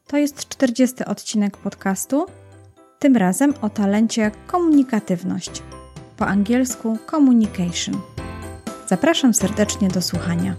To jest 40. odcinek podcastu, tym razem o talencie komunikatywność, po angielsku communication. Zapraszam serdecznie do słuchania.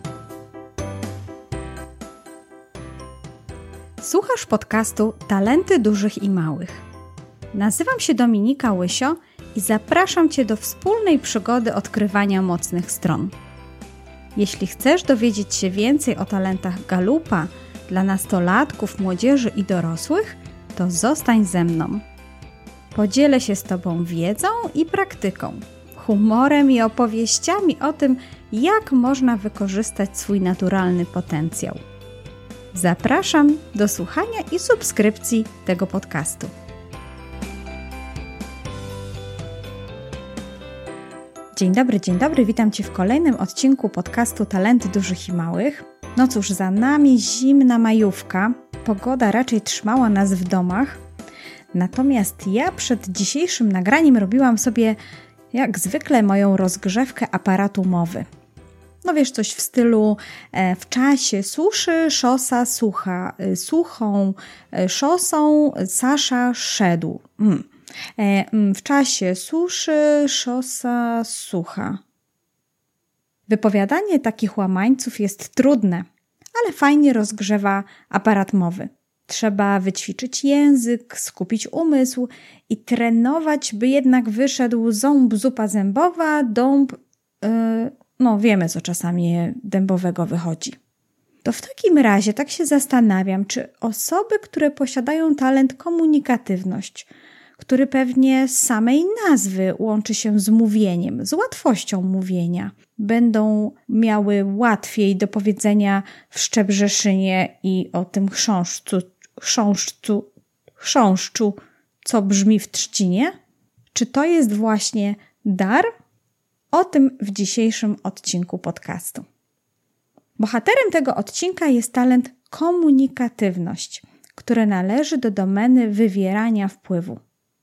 Słuchasz podcastu Talenty dużych i małych. Nazywam się Dominika Łysio i zapraszam Cię do wspólnej przygody odkrywania mocnych stron. Jeśli chcesz dowiedzieć się więcej o talentach Galupa dla nastolatków, młodzieży i dorosłych, to zostań ze mną. Podzielę się z Tobą wiedzą i praktyką, humorem i opowieściami o tym, jak można wykorzystać swój naturalny potencjał. Zapraszam do słuchania i subskrypcji tego podcastu. Dzień dobry, witam Cię w kolejnym odcinku podcastu Talenty dużych i małych. No cóż, za nami zimna majówka, pogoda raczej trzymała nas w domach, natomiast ja przed dzisiejszym nagraniem robiłam sobie jak zwykle moją rozgrzewkę aparatu mowy. No wiesz, coś w stylu w czasie suszy szosa sucha, suchą szosą Sasza szedł. W czasie suszy szosa sucha. Wypowiadanie takich łamańców jest trudne, ale fajnie rozgrzewa aparat mowy. Trzeba wyćwiczyć język, skupić umysł i trenować, by jednak wyszedł ząb zupa zębowa, dąb... wiemy, co czasami dębowego wychodzi. To w takim razie tak się zastanawiam, czy osoby, które posiadają talent komunikatywność, który pewnie z samej nazwy łączy się z mówieniem, z łatwością mówienia, będą miały łatwiej do powiedzenia w Szczebrzeszynie i o tym chrząszczu, co brzmi w trzcinie? Czy to jest właśnie dar? O tym w dzisiejszym odcinku podcastu. Bohaterem tego odcinka jest talent komunikatywność, który należy do domeny wywierania wpływu.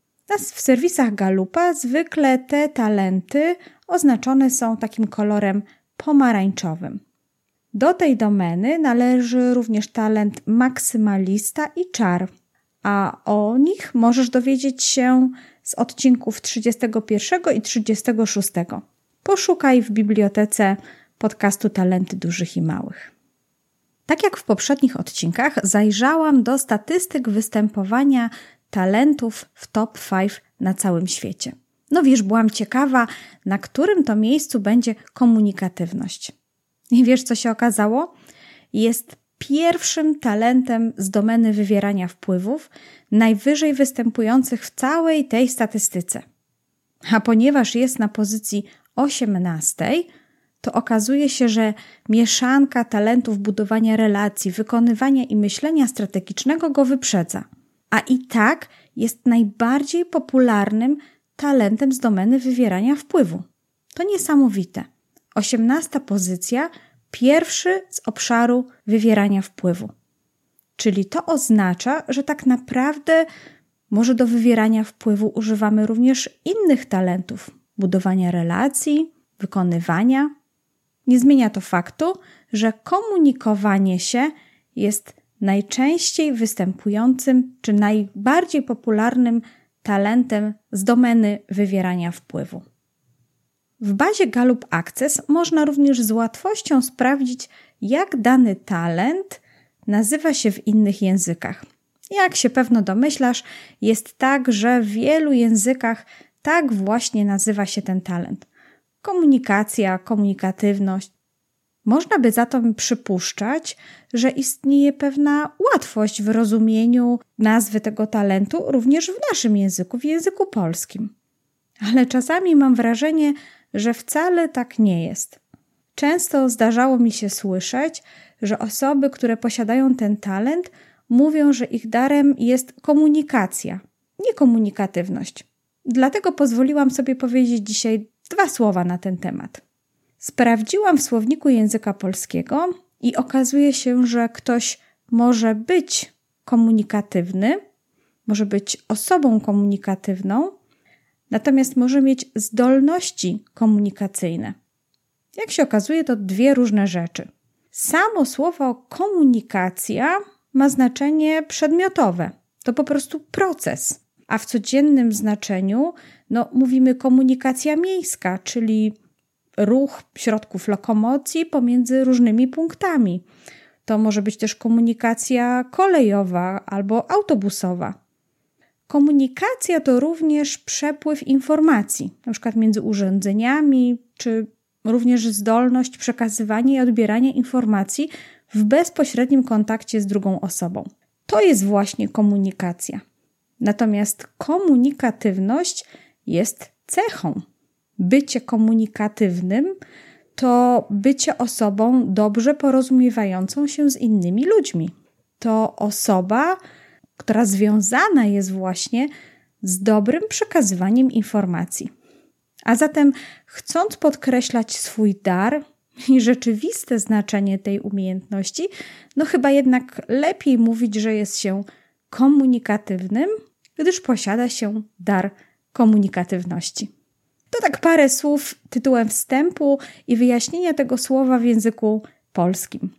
W serwisach Galupa zwykle te talenty oznaczone są takim kolorem pomarańczowym. Do tej domeny należy również talent maksymalista i czar, a o nich możesz dowiedzieć się z odcinków 31 i 36. Poszukaj w bibliotece podcastu Talenty dużych i małych. Tak jak w poprzednich odcinkach, zajrzałam do statystyk występowania talentów w top 5 na całym świecie. No wiesz, byłam ciekawa, na którym to miejscu będzie komunikatywność. I wiesz, co się okazało? Jest pierwszym talentem z domeny wywierania wpływów, najwyżej występujących w całej tej statystyce. A ponieważ jest na pozycji 18, to okazuje się, że mieszanka talentów budowania relacji, wykonywania i myślenia strategicznego go wyprzedza. A i tak jest najbardziej popularnym talentem z domeny wywierania wpływu. To niesamowite. 18. pozycja, pierwszy z obszaru wywierania wpływu. Czyli to oznacza, że tak naprawdę może do wywierania wpływu używamy również innych talentów. Budowania relacji, wykonywania. Nie zmienia to faktu, że komunikowanie się jest najczęściej występującym czy najbardziej popularnym talentem z domeny wywierania wpływu. W bazie Gallup Access można również z łatwością sprawdzić, jak dany talent nazywa się w innych językach. Jak się pewno domyślasz, jest tak, że w wielu językach tak właśnie nazywa się ten talent. Komunikacja, komunikatywność. Można by zatem przypuszczać, że istnieje pewna łatwość w rozumieniu nazwy tego talentu również w naszym języku, w języku polskim. Ale czasami mam wrażenie, że wcale tak nie jest. Często zdarzało mi się słyszeć, że osoby, które posiadają ten talent, mówią, że ich darem jest komunikacja, nie komunikatywność. Dlatego pozwoliłam sobie powiedzieć dzisiaj 2 słowa na ten temat. Sprawdziłam w słowniku języka polskiego i okazuje się, że ktoś może być komunikatywny, może być osobą komunikatywną, natomiast może mieć zdolności komunikacyjne. Jak się okazuje, to 2 różne rzeczy. Samo słowo komunikacja ma znaczenie przedmiotowe. To po prostu proces. A w codziennym znaczeniu mówimy komunikacja miejska, czyli ruch środków lokomocji pomiędzy różnymi punktami. To może być też komunikacja kolejowa albo autobusowa. Komunikacja to również przepływ informacji, na przykład między urządzeniami, czy również zdolność przekazywania i odbierania informacji w bezpośrednim kontakcie z drugą osobą. To jest właśnie komunikacja. Natomiast komunikatywność jest cechą. Bycie komunikatywnym to bycie osobą dobrze porozumiewającą się z innymi ludźmi. To osoba, która związana jest właśnie z dobrym przekazywaniem informacji. A zatem, chcąc podkreślać swój dar i rzeczywiste znaczenie tej umiejętności, chyba jednak lepiej mówić, że jest się komunikatywnym, gdyż posiada się dar komunikatywności. To tak parę słów tytułem wstępu i wyjaśnienia tego słowa w języku polskim.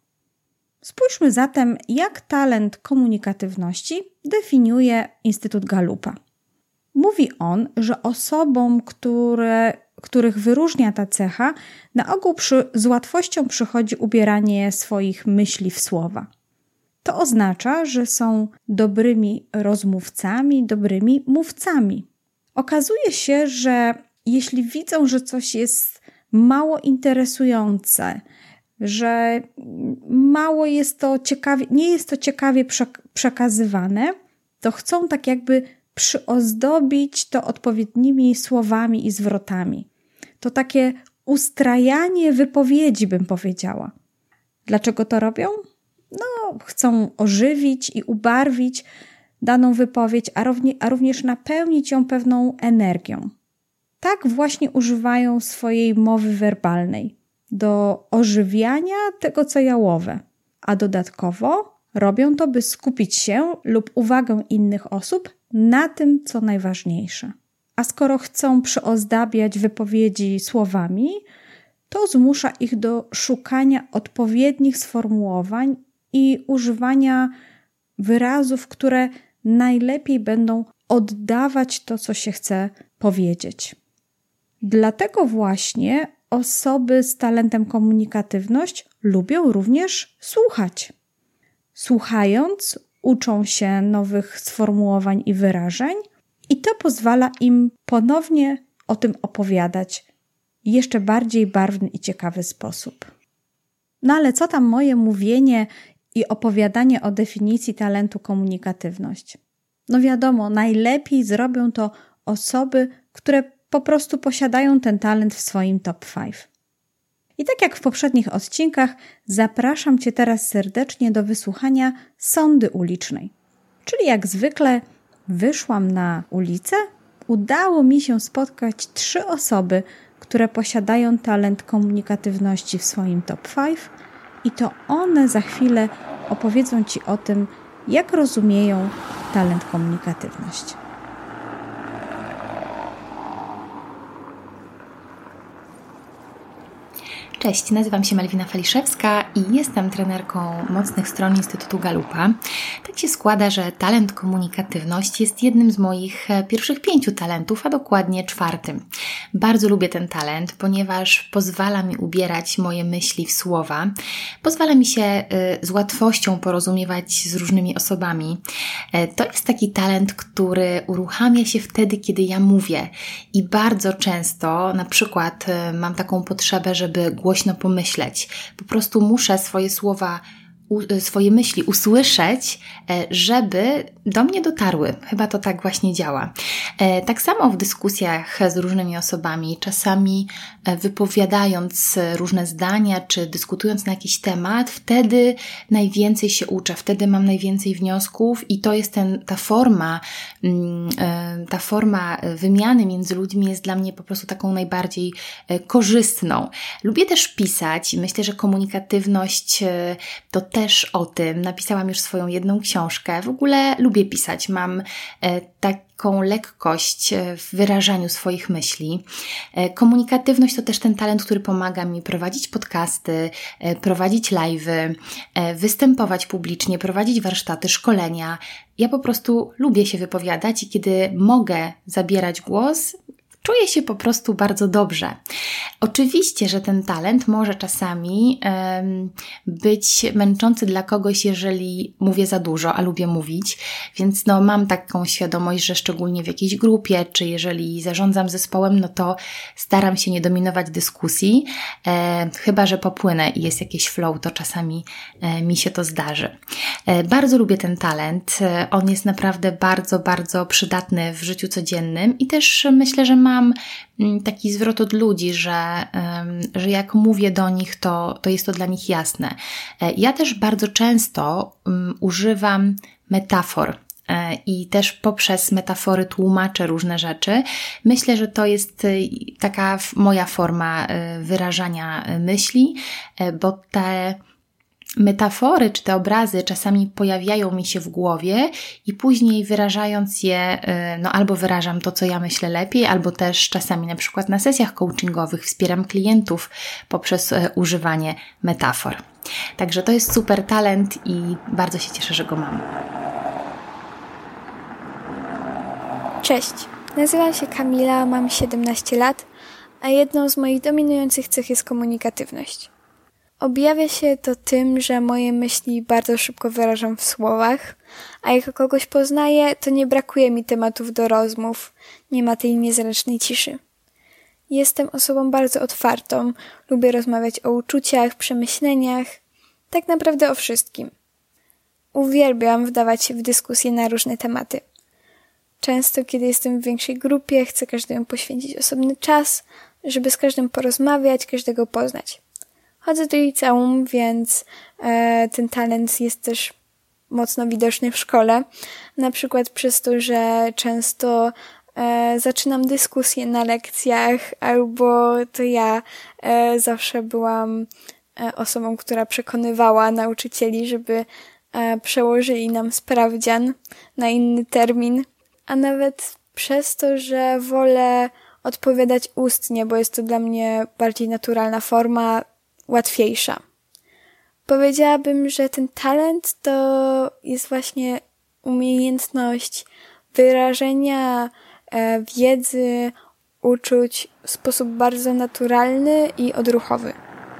Spójrzmy zatem, jak talent komunikatywności definiuje Instytut Gallupa. Mówi on, że osobom, których wyróżnia ta cecha, na ogół z łatwością przychodzi ubieranie swoich myśli w słowa. To oznacza, że są dobrymi rozmówcami, dobrymi mówcami. Okazuje się, że jeśli widzą, że coś jest mało interesujące, że mało jest to ciekawie, nie jest to ciekawie przekazywane, to chcą tak jakby przyozdobić to odpowiednimi słowami i zwrotami. To takie ustrajanie wypowiedzi, bym powiedziała. Dlaczego to robią? Chcą ożywić i ubarwić daną wypowiedź, a również napełnić ją pewną energią. Tak właśnie używają swojej mowy werbalnej do ożywiania tego, co jałowe, a dodatkowo robią to, by skupić się lub uwagę innych osób na tym, co najważniejsze. A skoro chcą przyozdabiać wypowiedzi słowami, to zmusza ich do szukania odpowiednich sformułowań i używania wyrazów, które najlepiej będą oddawać to, co się chce powiedzieć. Dlatego właśnie osoby z talentem komunikatywność lubią również słuchać. Słuchając, uczą się nowych sformułowań i wyrażeń i to pozwala im ponownie o tym opowiadać w jeszcze bardziej barwny i ciekawy sposób. Ale co tam moje mówienie i opowiadanie o definicji talentu komunikatywność? Wiadomo, najlepiej zrobią to osoby, które po prostu posiadają ten talent w swoim top 5. I tak jak w poprzednich odcinkach, zapraszam Cię teraz serdecznie do wysłuchania sondy ulicznej. Czyli jak zwykle wyszłam na ulicę, udało mi się spotkać 3 osoby, które posiadają talent komunikatywności w swoim top 5 i to one za chwilę opowiedzą Ci o tym, jak rozumieją talent komunikatywność. Cześć, nazywam się Malwina Faliszewska i jestem trenerką mocnych stron Instytutu Gallupa. Tak się składa, że talent komunikatywność jest jednym z moich pierwszych 5 talentów, a dokładnie 4. Bardzo lubię ten talent, ponieważ pozwala mi ubierać moje myśli w słowa, pozwala mi się z łatwością porozumiewać z różnymi osobami. To jest taki talent, który uruchamia się wtedy, kiedy ja mówię i bardzo często na przykład mam taką potrzebę, żeby głośno pomyśleć. Po prostu muszę swoje myśli usłyszeć, żeby do mnie dotarły. Chyba to tak właśnie działa. Tak samo w dyskusjach z różnymi osobami, czasami wypowiadając różne zdania, czy dyskutując na jakiś temat, wtedy najwięcej się uczę, wtedy mam najwięcej wniosków i to jest ta forma wymiany między ludźmi jest dla mnie po prostu taką najbardziej korzystną. Lubię też pisać i myślę, że komunikatywność to też też o tym, napisałam już swoją jedną książkę. W ogóle lubię pisać, mam taką lekkość w wyrażaniu swoich myśli. Komunikatywność to też ten talent, który pomaga mi prowadzić podcasty, prowadzić live'y, występować publicznie, prowadzić warsztaty, szkolenia. Ja po prostu lubię się wypowiadać i kiedy mogę zabierać głos, czuję się po prostu bardzo dobrze. Oczywiście, że ten talent może czasami być męczący dla kogoś, jeżeli mówię za dużo, a lubię mówić, więc mam taką świadomość, że szczególnie w jakiejś grupie, czy jeżeli zarządzam zespołem, to staram się nie dominować dyskusji, chyba że popłynę i jest jakiś flow, to czasami mi się to zdarzy. Bardzo lubię ten talent, on jest naprawdę bardzo, bardzo przydatny w życiu codziennym i też myślę, że mam taki zwrot od ludzi, że jak mówię do nich, to jest to dla nich jasne. Ja też bardzo często używam metafor i też poprzez metafory tłumaczę różne rzeczy. Myślę, że to jest taka moja forma wyrażania myśli, bo te metafory czy te obrazy czasami pojawiają mi się w głowie i później wyrażając je, albo wyrażam to, co ja myślę lepiej, albo też czasami na przykład na sesjach coachingowych wspieram klientów poprzez używanie metafor. Także to jest super talent i bardzo się cieszę, że go mam. Cześć, nazywam się Kamila, mam 17 lat, a jedną z moich dominujących cech jest komunikatywność. Objawia się to tym, że moje myśli bardzo szybko wyrażam w słowach, a jak kogoś poznaję, to nie brakuje mi tematów do rozmów, nie ma tej niezręcznej ciszy. Jestem osobą bardzo otwartą, lubię rozmawiać o uczuciach, przemyśleniach, tak naprawdę o wszystkim. Uwielbiam wdawać się w dyskusje na różne tematy. Często, kiedy jestem w większej grupie, chcę każdemu poświęcić osobny czas, żeby z każdym porozmawiać, każdego poznać. Chodzę do liceum, więc ten talent jest też mocno widoczny w szkole. Na przykład przez to, że często zaczynam dyskusje na lekcjach, albo to ja zawsze byłam osobą, która przekonywała nauczycieli, żeby przełożyli nam sprawdzian na inny termin, a nawet przez to, że wolę odpowiadać ustnie, bo jest to dla mnie bardziej naturalna forma, łatwiejsza. Powiedziałabym, że ten talent to jest właśnie umiejętność wyrażenia wiedzy, uczuć w sposób bardzo naturalny i odruchowy.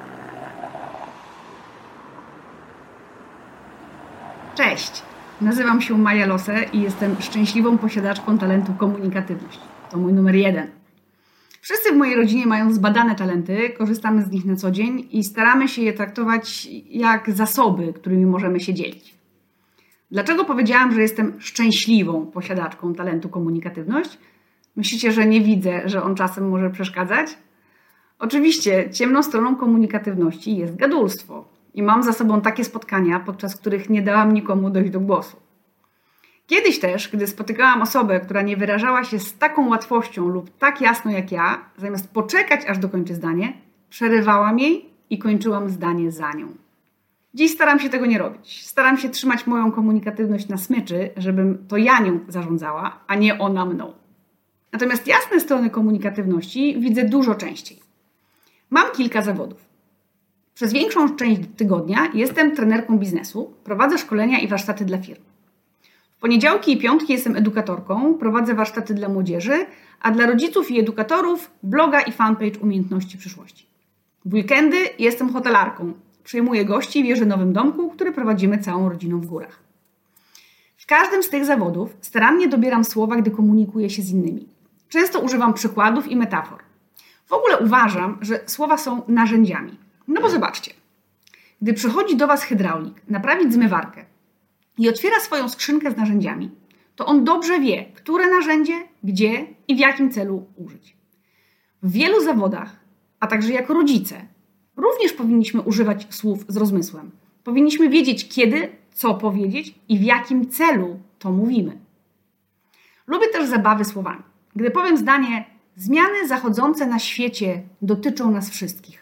Cześć, nazywam się Maja Lose i jestem szczęśliwą posiadaczką talentu komunikatywność. To mój numer 1. Wszyscy w mojej rodzinie mają zbadane talenty, korzystamy z nich na co dzień i staramy się je traktować jak zasoby, którymi możemy się dzielić. Dlaczego powiedziałam, że jestem szczęśliwą posiadaczką talentu komunikatywność? Myślicie, że nie widzę, że on czasem może przeszkadzać? Oczywiście ciemną stroną komunikatywności jest gadulstwo i mam za sobą takie spotkania, podczas których nie dałam nikomu dojść do głosu. Kiedyś też, gdy spotykałam osobę, która nie wyrażała się z taką łatwością lub tak jasno jak ja, zamiast poczekać, aż dokończy zdanie, przerywałam jej i kończyłam zdanie za nią. Dziś staram się tego nie robić. Staram się trzymać moją komunikatywność na smyczy, żebym to ja nią zarządzała, a nie ona mną. Natomiast jasne strony komunikatywności widzę dużo częściej. Mam kilka zawodów. Przez większą część tygodnia jestem trenerką biznesu, prowadzę szkolenia i warsztaty dla firm. W poniedziałki i piątki jestem edukatorką, prowadzę warsztaty dla młodzieży, a dla rodziców i edukatorów bloga i fanpage Umiejętności Przyszłości. W weekendy jestem hotelarką, przyjmuję gości w Jerzynowym Domku, który prowadzimy całą rodziną w górach. W każdym z tych zawodów starannie dobieram słowa, gdy komunikuję się z innymi. Często używam przykładów i metafor. W ogóle uważam, że słowa są narzędziami. No bo zobaczcie, gdy przychodzi do Was hydraulik naprawić zmywarkę i otwiera swoją skrzynkę z narzędziami, to on dobrze wie, które narzędzie, gdzie i w jakim celu użyć. W wielu zawodach, a także jako rodzice, również powinniśmy używać słów z rozmysłem. Powinniśmy wiedzieć, kiedy, co powiedzieć i w jakim celu to mówimy. Lubię też zabawy słowami. Gdy powiem zdanie, zmiany zachodzące na świecie dotyczą nas wszystkich,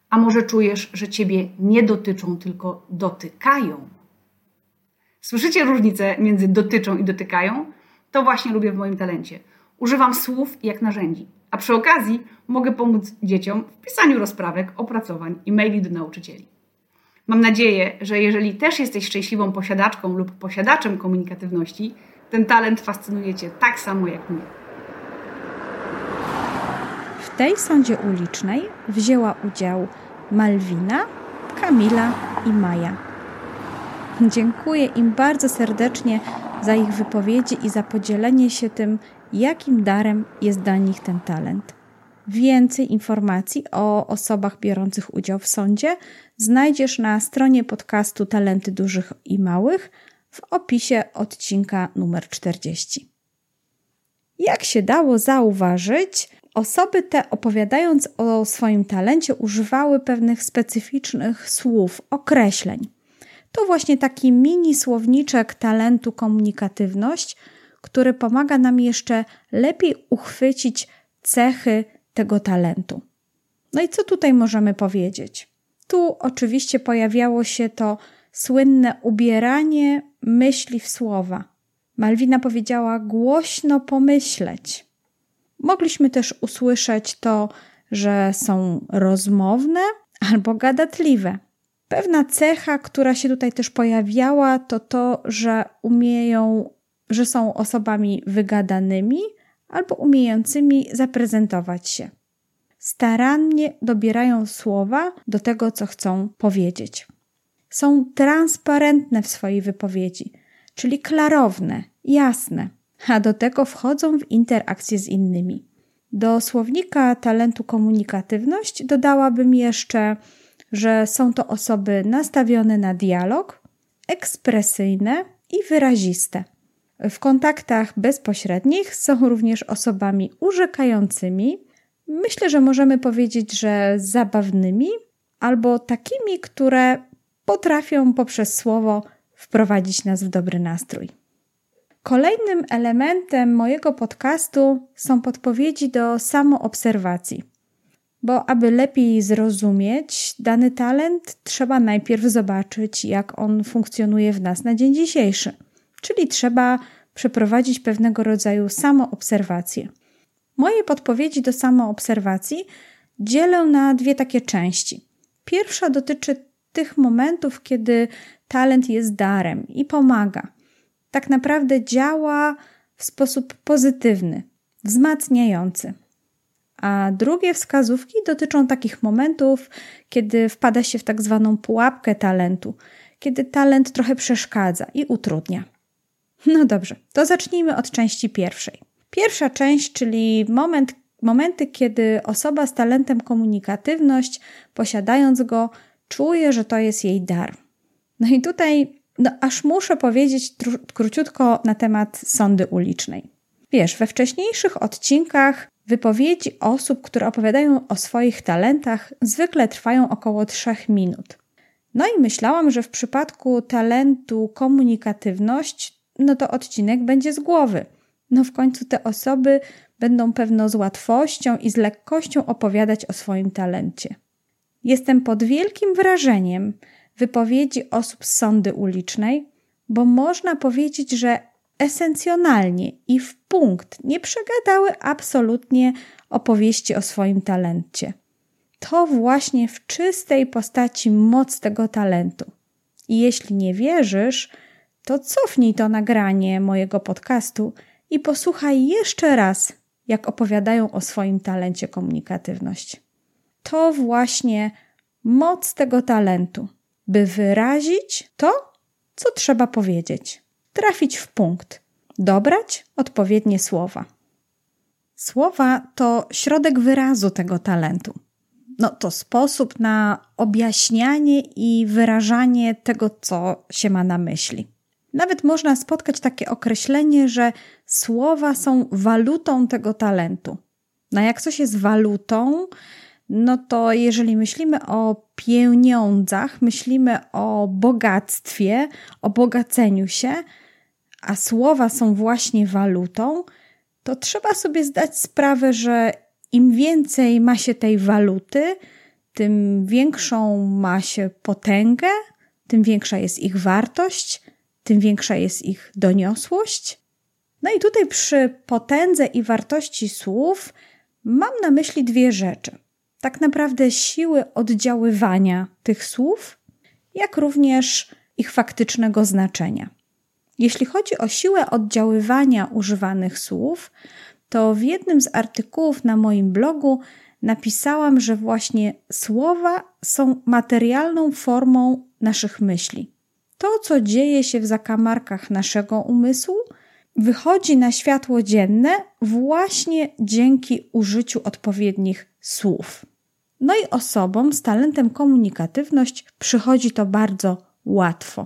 A może czujesz, że ciebie nie dotyczą, tylko dotykają? Słyszycie różnicę między dotyczą i dotykają? To właśnie lubię w moim talencie. Używam słów jak narzędzi, a przy okazji mogę pomóc dzieciom w pisaniu rozprawek, opracowań i maili do nauczycieli. Mam nadzieję, że jeżeli też jesteś szczęśliwą posiadaczką lub posiadaczem komunikatywności, ten talent fascynuje cię tak samo jak mnie. W tej sądzie ulicznej wzięła udział Malwina, Kamila i Maja. Dziękuję im bardzo serdecznie za ich wypowiedzi i za podzielenie się tym, jakim darem jest dla nich ten talent. Więcej informacji o osobach biorących udział w sądzie znajdziesz na stronie podcastu Talenty Dużych i Małych w opisie odcinka numer 40. Jak się dało zauważyć, osoby te, opowiadając o swoim talencie, używały pewnych specyficznych słów, określeń. To właśnie taki mini słowniczek talentu komunikatywność, który pomaga nam jeszcze lepiej uchwycić cechy tego talentu. No i co tutaj możemy powiedzieć? Tu oczywiście pojawiało się to słynne ubieranie myśli w słowa. Malwina powiedziała głośno pomyśleć. Mogliśmy też usłyszeć to, że są rozmowne albo gadatliwe. Pewna cecha, która się tutaj też pojawiała, to, że są osobami wygadanymi albo umiejącymi zaprezentować się. Starannie dobierają słowa do tego, co chcą powiedzieć. Są transparentne w swojej wypowiedzi, czyli klarowne, jasne, a do tego wchodzą w interakcję z innymi. Do słownika talentu komunikatywność dodałabym jeszcze, że są to osoby nastawione na dialog, ekspresyjne i wyraziste. W kontaktach bezpośrednich są również osobami urzekającymi, myślę, że możemy powiedzieć, że zabawnymi, albo takimi, które potrafią poprzez słowo wprowadzić nas w dobry nastrój. Kolejnym elementem mojego podcastu są podpowiedzi do samoobserwacji. Bo aby lepiej zrozumieć dany talent, trzeba najpierw zobaczyć, jak on funkcjonuje w nas na dzień dzisiejszy. Czyli trzeba przeprowadzić pewnego rodzaju samoobserwację. Moje podpowiedzi do samoobserwacji dzielę na dwie takie części. Pierwsza dotyczy tych momentów, kiedy talent jest darem i pomaga. Tak naprawdę działa w sposób pozytywny, wzmacniający. A drugie wskazówki dotyczą takich momentów, kiedy wpada się w tak zwaną pułapkę talentu, kiedy talent trochę przeszkadza i utrudnia. No dobrze, to zacznijmy od części pierwszej. Pierwsza część, czyli momenty, kiedy osoba z talentem komunikatywność, posiadając go, czuje, że to jest jej dar. No i tutaj aż muszę powiedzieć króciutko na temat sądy ulicznej. Wiesz, we wcześniejszych odcinkach wypowiedzi osób, które opowiadają o swoich talentach, zwykle trwają około 3 minut. No i myślałam, że w przypadku talentu komunikatywność, to odcinek będzie z głowy. W końcu te osoby będą pewno z łatwością i z lekkością opowiadać o swoim talencie. Jestem pod wielkim wrażeniem wypowiedzi osób z sądy ulicznej, bo można powiedzieć, że esencjonalnie i w punkt nie przegadały absolutnie opowieści o swoim talencie. To właśnie w czystej postaci moc tego talentu. I jeśli nie wierzysz, to cofnij to nagranie mojego podcastu i posłuchaj jeszcze raz, jak opowiadają o swoim talencie komunikatywność. To właśnie moc tego talentu, by wyrazić to, co trzeba powiedzieć. Trafić w punkt, dobrać odpowiednie słowa. Słowa to środek wyrazu tego talentu. To sposób na objaśnianie i wyrażanie tego, co się ma na myśli. Nawet można spotkać takie określenie, że słowa są walutą tego talentu. Jak coś jest walutą, to jeżeli myślimy o pieniądzach, myślimy o bogactwie, o bogaceniu się, a słowa są właśnie walutą, to trzeba sobie zdać sprawę, że im więcej ma się tej waluty, tym większą ma się potęgę, tym większa jest ich wartość, tym większa jest ich doniosłość. No i tutaj przy potędze i wartości słów mam na myśli dwie rzeczy. Tak naprawdę siły oddziaływania tych słów, jak również ich faktycznego znaczenia. Jeśli chodzi o siłę oddziaływania używanych słów, to w jednym z artykułów na moim blogu napisałam, że właśnie słowa są materialną formą naszych myśli. To, co dzieje się w zakamarkach naszego umysłu, wychodzi na światło dzienne właśnie dzięki użyciu odpowiednich słów. No i osobom z talentem komunikatywność przychodzi to bardzo łatwo.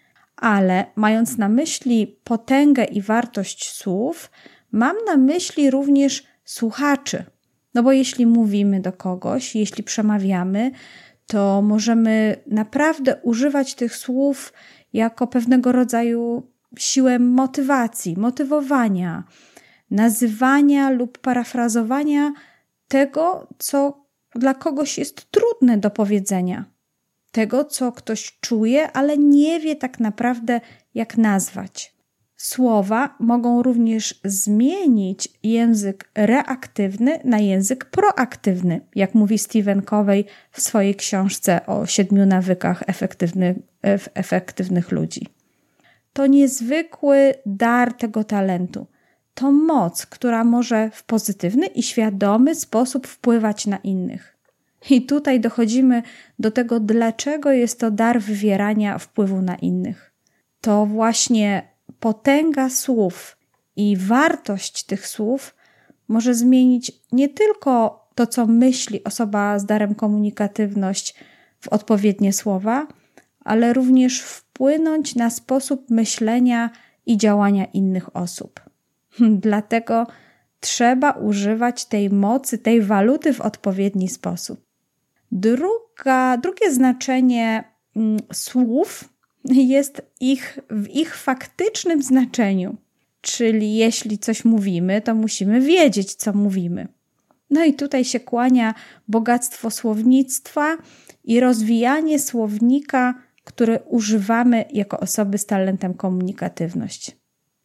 Ale mając na myśli potęgę i wartość słów, mam na myśli również słuchaczy. No bo jeśli mówimy do kogoś, jeśli przemawiamy, to możemy naprawdę używać tych słów jako pewnego rodzaju siłę motywacji, motywowania, nazywania lub parafrazowania tego, co dla kogoś jest trudne do powiedzenia. Tego, co ktoś czuje, ale nie wie tak naprawdę, jak nazwać. Słowa mogą również zmienić język reaktywny na język proaktywny, jak mówi Stephen Covey w swojej książce o 7 nawykach efektywnych ludzi. To niezwykły dar tego talentu. To moc, która może w pozytywny i świadomy sposób wpływać na innych. I tutaj dochodzimy do tego, dlaczego jest to dar wywierania wpływu na innych. To właśnie potęga słów i wartość tych słów może zmienić nie tylko to, co myśli osoba z darem komunikatywność w odpowiednie słowa, ale również wpłynąć na sposób myślenia i działania innych osób. Dlatego trzeba używać tej mocy, tej waluty w odpowiedni sposób. Drugie znaczenie słów jest w ich faktycznym znaczeniu. Czyli jeśli coś mówimy, to musimy wiedzieć, co mówimy. No i tutaj się kłania bogactwo słownictwa i rozwijanie słownika, który używamy jako osoby z talentem komunikatywność.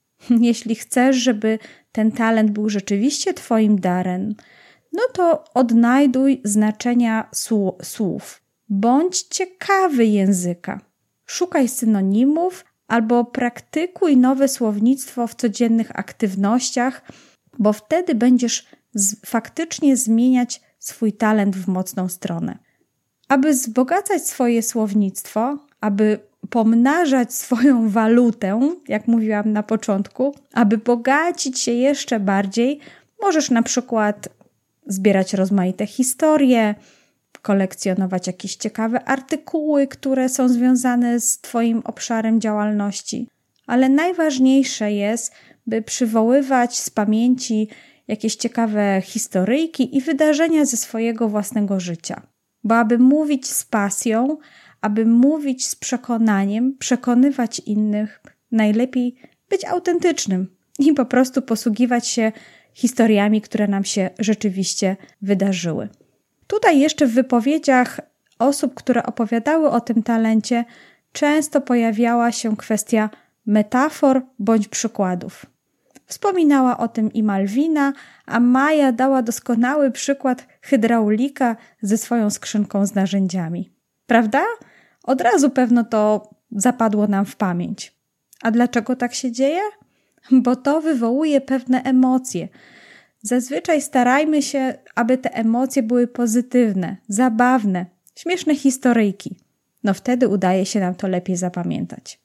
Jeśli chcesz, żeby ten talent był rzeczywiście Twoim darem, no to odnajduj znaczenia słów. Bądź ciekawy języka. Szukaj synonimów albo praktykuj nowe słownictwo w codziennych aktywnościach, bo wtedy będziesz faktycznie zmieniać swój talent w mocną stronę. Aby wzbogacać swoje słownictwo, aby pomnażać swoją walutę, jak mówiłam na początku, aby bogacić się jeszcze bardziej, możesz na przykład zbierać rozmaite historie, kolekcjonować jakieś ciekawe artykuły, które są związane z Twoim obszarem działalności. Ale najważniejsze jest, by przywoływać z pamięci jakieś ciekawe historyjki i wydarzenia ze swojego własnego życia. Bo aby mówić z pasją, aby mówić z przekonaniem, przekonywać innych, najlepiej być autentycznym i po prostu posługiwać się historiami, które nam się rzeczywiście wydarzyły. Tutaj jeszcze w wypowiedziach osób, które opowiadały o tym talencie, często pojawiała się kwestia metafor bądź przykładów. Wspominała o tym i Malwina, a Maja dała doskonały przykład hydraulika ze swoją skrzynką z narzędziami. Prawda? Od razu pewno to zapadło nam w pamięć. A dlaczego tak się dzieje? Bo to wywołuje pewne emocje. Zazwyczaj starajmy się, aby te emocje były pozytywne, zabawne, śmieszne historyjki. No wtedy udaje się nam to lepiej zapamiętać.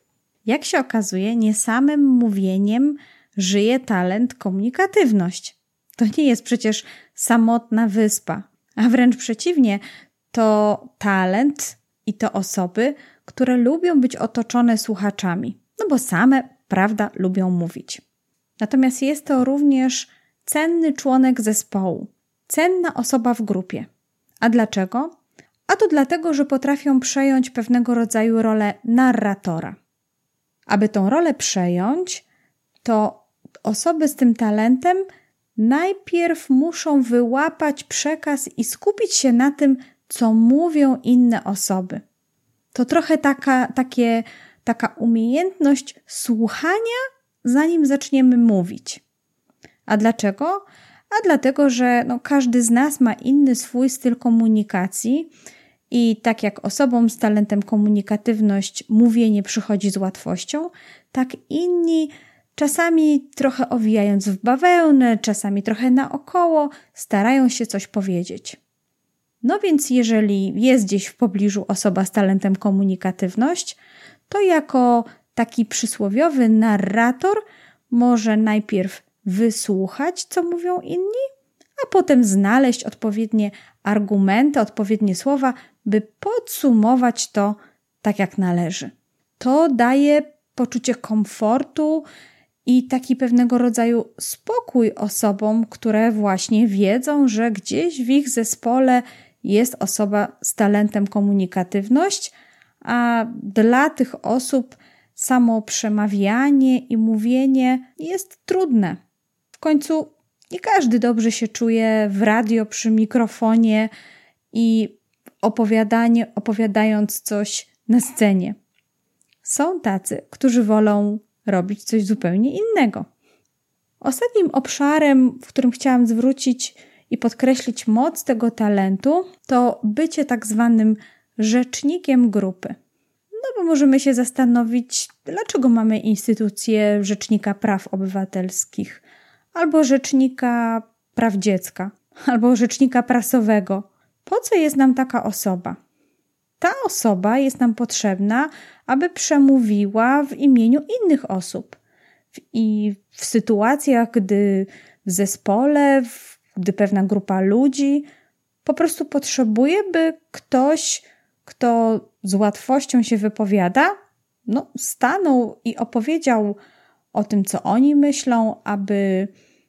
Jak się okazuje, nie samym mówieniem żyje talent komunikatywność. To nie jest przecież samotna wyspa, a wręcz przeciwnie, to talent i to osoby, które lubią być otoczone słuchaczami, no bo same, prawda, lubią mówić. Natomiast jest to również cenny członek zespołu, cenna osoba w grupie. A dlaczego? A to dlatego, że potrafią przejąć pewnego rodzaju rolę narratora. Aby tą rolę przejąć, to osoby z tym talentem najpierw muszą wyłapać przekaz i skupić się na tym, co mówią inne osoby. To trochę taka umiejętność słuchania, zanim zaczniemy mówić. A dlaczego? A dlatego, że każdy z nas ma inny swój styl komunikacji i tak jak osobom z talentem komunikatywność mówienie przychodzi z łatwością, tak inni czasami trochę owijając w bawełnę, czasami trochę naokoło, starają się coś powiedzieć. No więc jeżeli jest gdzieś w pobliżu osoba z talentem komunikatywność, to jako taki przysłowiowy narrator może najpierw wysłuchać, co mówią inni, a potem znaleźć odpowiednie argumenty, odpowiednie słowa, by podsumować to tak jak należy. To daje poczucie komfortu i taki pewnego rodzaju spokój osobom, które właśnie wiedzą, że gdzieś w ich zespole jest osoba z talentem komunikatywność, a dla tych osób samo przemawianie i mówienie jest trudne. W końcu nie każdy dobrze się czuje w radio przy mikrofonie i opowiadając coś na scenie. Są tacy, którzy wolą robić coś zupełnie innego. Ostatnim obszarem, w którym chciałam zwrócić i podkreślić moc tego talentu, to bycie tak zwanym rzecznikiem grupy. Bo możemy się zastanowić, dlaczego mamy instytucję Rzecznika Praw Obywatelskich, albo Rzecznika Praw Dziecka, albo Rzecznika Prasowego. Po co jest nam taka osoba? Ta osoba jest nam potrzebna, aby przemówiła w imieniu innych osób. I w sytuacjach, gdy w zespole, gdy pewna grupa ludzi po prostu potrzebuje, by ktoś, kto z łatwością się wypowiada, stanął i opowiedział o tym, co oni myślą, aby,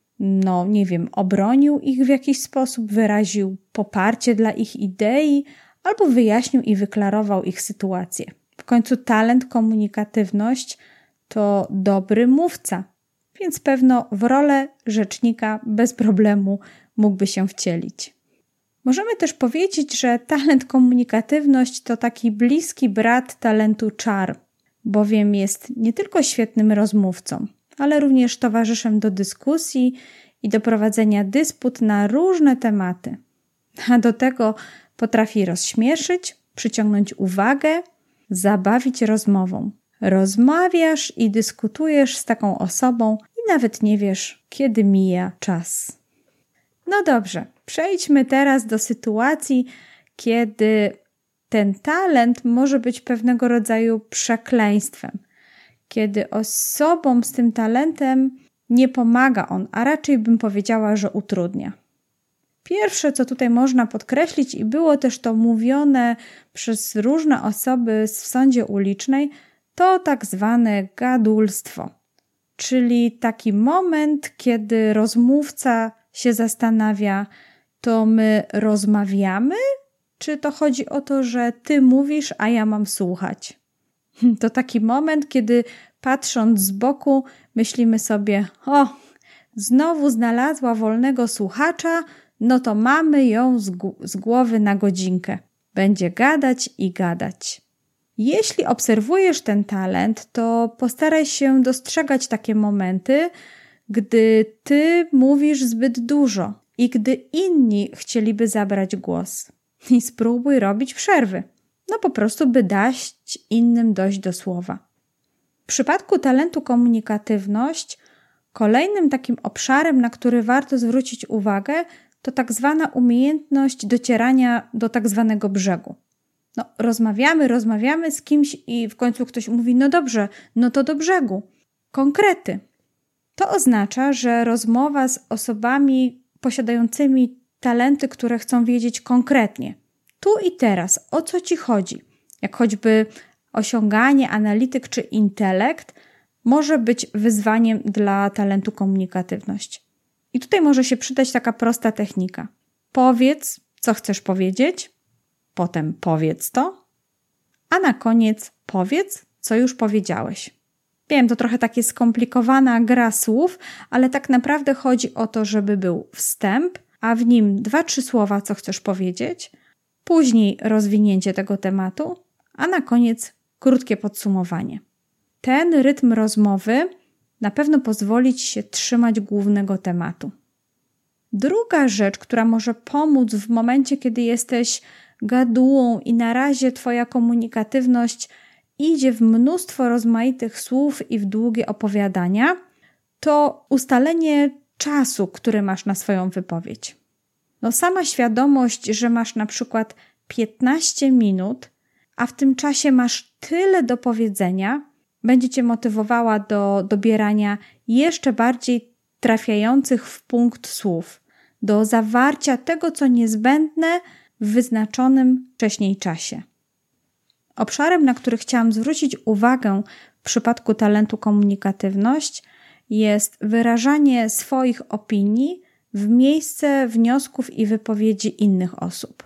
obronił ich w jakiś sposób, wyraził poparcie dla ich idei, albo wyjaśnił i wyklarował ich sytuację. W końcu talent, komunikatywność to dobry mówca, więc pewno w rolę rzecznika bez problemu mógłby się wcielić. Możemy też powiedzieć, że talent, komunikatywność to taki bliski brat talentu czar, bowiem jest nie tylko świetnym rozmówcą, ale również towarzyszem do dyskusji i do prowadzenia dysput na różne tematy. A do tego potrafi rozśmieszyć, przyciągnąć uwagę, zabawić rozmową. Rozmawiasz i dyskutujesz z taką osobą i nawet nie wiesz, kiedy mija czas. No dobrze, przejdźmy teraz do sytuacji, kiedy ten talent może być pewnego rodzaju przekleństwem. Kiedy osobom z tym talentem nie pomaga on, a raczej bym powiedziała, że utrudnia. Pierwsze, co tutaj można podkreślić i było też to mówione przez różne osoby w sądzie ulicznej, to tak zwane gadulstwo. Czyli taki moment, kiedy rozmówca się zastanawia, to my rozmawiamy, czy to chodzi o to, że ty mówisz, a ja mam słuchać? To taki moment, kiedy patrząc z boku myślimy sobie, znowu znalazła wolnego słuchacza, no to mamy ją z głowy na godzinkę. Będzie gadać i gadać. Jeśli obserwujesz ten talent, to postaraj się dostrzegać takie momenty, gdy ty mówisz zbyt dużo i gdy inni chcieliby zabrać głos. I spróbuj robić przerwy. Po prostu, by dać innym dojść do słowa. W przypadku talentu komunikatywność, kolejnym takim obszarem, na który warto zwrócić uwagę, to tak zwana umiejętność docierania do tak zwanego brzegu. Rozmawiamy z kimś i w końcu ktoś mówi, no dobrze, no to do brzegu. Konkrety. To oznacza, że rozmowa z osobami posiadającymi talenty, które chcą wiedzieć konkretnie. Tu i teraz, o co ci chodzi? Jak choćby osiąganie, analityk czy intelekt może być wyzwaniem dla talentu komunikatywność. I tutaj może się przydać taka prosta technika. Powiedz, co chcesz powiedzieć, potem powiedz to, a na koniec powiedz, co już powiedziałeś. Wiem, to trochę takie skomplikowana gra słów, ale tak naprawdę chodzi o to, żeby był wstęp, a w nim 2-3 słowa, co chcesz powiedzieć, później rozwinięcie tego tematu, a na koniec krótkie podsumowanie. Ten rytm rozmowy na pewno pozwoli Ci się trzymać głównego tematu. Druga rzecz, która może pomóc w momencie, kiedy jesteś gadułą i na razie Twoja komunikatywność idzie w mnóstwo rozmaitych słów i w długie opowiadania, to ustalenie czasu, który masz na swoją wypowiedź. Sama świadomość, że masz na przykład 15 minut, a w tym czasie masz tyle do powiedzenia, będzie Cię motywowała do dobierania jeszcze bardziej trafiających w punkt słów, do zawarcia tego, co niezbędne w wyznaczonym wcześniej czasie. Obszarem, na który chciałam zwrócić uwagę w przypadku talentu komunikatywność, jest wyrażanie swoich opinii w miejsce wniosków i wypowiedzi innych osób.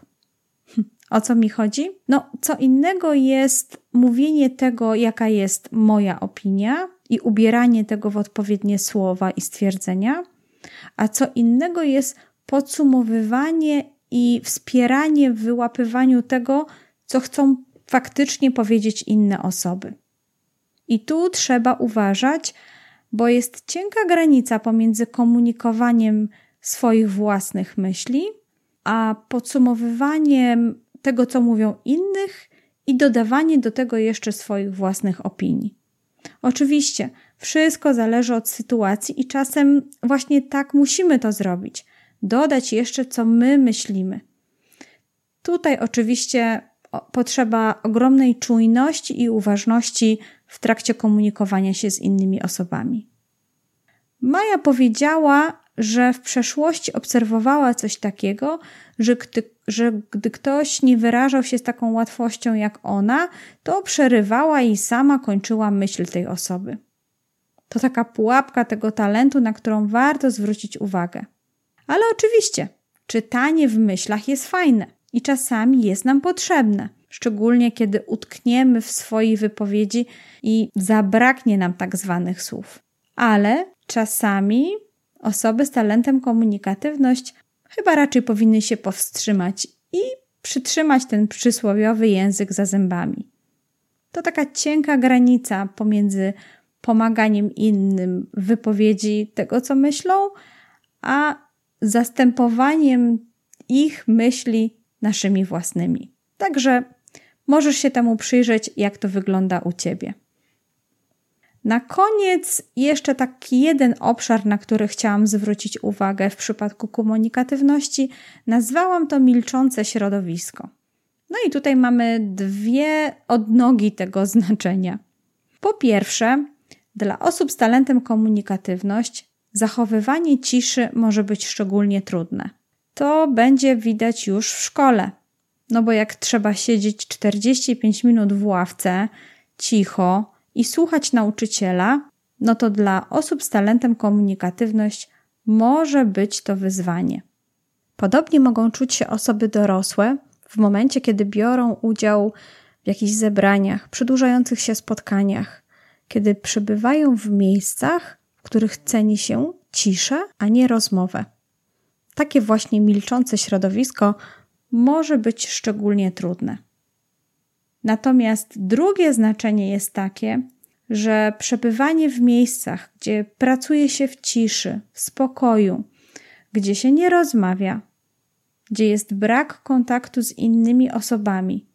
O co mi chodzi? Co innego jest mówienie tego, jaka jest moja opinia i ubieranie tego w odpowiednie słowa i stwierdzenia, a co innego jest podsumowywanie i wspieranie w wyłapywaniu tego, co chcą faktycznie powiedzieć inne osoby. I tu trzeba uważać, bo jest cienka granica pomiędzy komunikowaniem swoich własnych myśli, a podsumowywaniem tego, co mówią innych i dodawanie do tego jeszcze swoich własnych opinii. Oczywiście wszystko zależy od sytuacji i czasem właśnie tak musimy to zrobić. Dodać jeszcze, co my myślimy. Tutaj oczywiście potrzeba ogromnej czujności i uważności w trakcie komunikowania się z innymi osobami. Maja powiedziała, że w przeszłości obserwowała coś takiego, że gdy ktoś nie wyrażał się z taką łatwością jak ona, to przerywała i sama kończyła myśl tej osoby. To taka pułapka tego talentu, na którą warto zwrócić uwagę. Ale oczywiście, czytanie w myślach jest fajne i czasami jest nam potrzebne, szczególnie kiedy utkniemy w swojej wypowiedzi i zabraknie nam tak zwanych słów. Ale czasami osoby z talentem komunikatywność chyba raczej powinny się powstrzymać i przytrzymać ten przysłowiowy język za zębami. To taka cienka granica pomiędzy pomaganiem innym w wypowiedzi tego, co myślą, a zastępowaniem ich myśli naszymi własnymi. Także możesz się temu przyjrzeć, jak to wygląda u Ciebie. Na koniec jeszcze taki jeden obszar, na który chciałam zwrócić uwagę w przypadku komunikatywności. Nazwałam to milczące środowisko. I tutaj mamy dwie odnogi tego znaczenia. Po pierwsze, dla osób z talentem komunikatywność zachowywanie ciszy może być szczególnie trudne. To będzie widać już w szkole. Bo jak trzeba siedzieć 45 minut w ławce, cicho i słuchać nauczyciela, to dla osób z talentem komunikatywność może być to wyzwanie. Podobnie mogą czuć się osoby dorosłe w momencie, kiedy biorą udział w jakichś zebraniach, przedłużających się spotkaniach, kiedy przebywają w miejscach, w których ceni się ciszę, a nie rozmowę. Takie właśnie milczące środowisko może być szczególnie trudne. Natomiast drugie znaczenie jest takie, że przebywanie w miejscach, gdzie pracuje się w ciszy, w spokoju, gdzie się nie rozmawia, gdzie jest brak kontaktu z innymi osobami,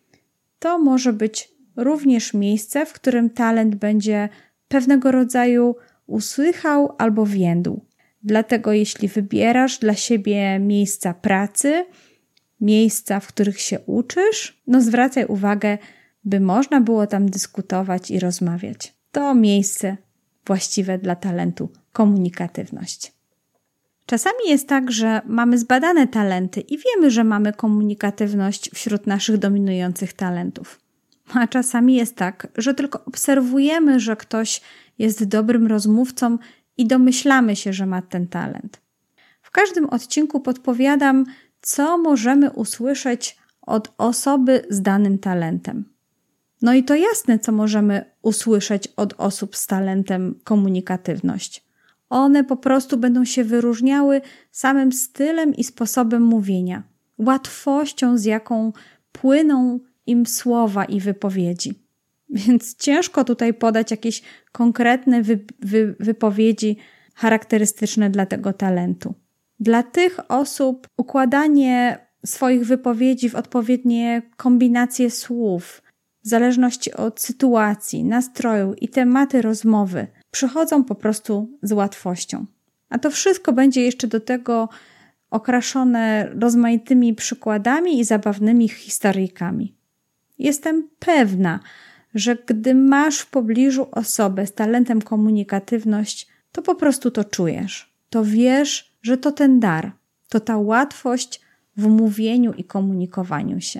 to może być również miejsce, w którym talent będzie pewnego rodzaju usłychał albo więdł. Dlatego jeśli wybierasz dla siebie miejsca pracy, miejsca, w których się uczysz, zwracaj uwagę, by można było tam dyskutować i rozmawiać. To miejsce właściwe dla talentu komunikatywność. Czasami jest tak, że mamy zbadane talenty i wiemy, że mamy komunikatywność wśród naszych dominujących talentów. A czasami jest tak, że tylko obserwujemy, że ktoś jest dobrym rozmówcą i domyślamy się, że ma ten talent. W każdym odcinku podpowiadam, co możemy usłyszeć od osoby z danym talentem. I to jasne, co możemy usłyszeć od osób z talentem komunikatywność. One po prostu będą się wyróżniały samym stylem i sposobem mówienia. łatwością, z jaką płyną im słowa i wypowiedzi. Więc ciężko tutaj podać jakieś konkretne wypowiedzi charakterystyczne dla tego talentu. Dla tych osób układanie swoich wypowiedzi w odpowiednie kombinacje słów, w zależności od sytuacji, nastroju i tematy rozmowy, przychodzą po prostu z łatwością. A to wszystko będzie jeszcze do tego okraszone rozmaitymi przykładami i zabawnymi historyjkami. Jestem pewna, że gdy masz w pobliżu osobę z talentem komunikatywność, to po prostu to czujesz. To wiesz, że to ten dar, to ta łatwość w mówieniu i komunikowaniu się.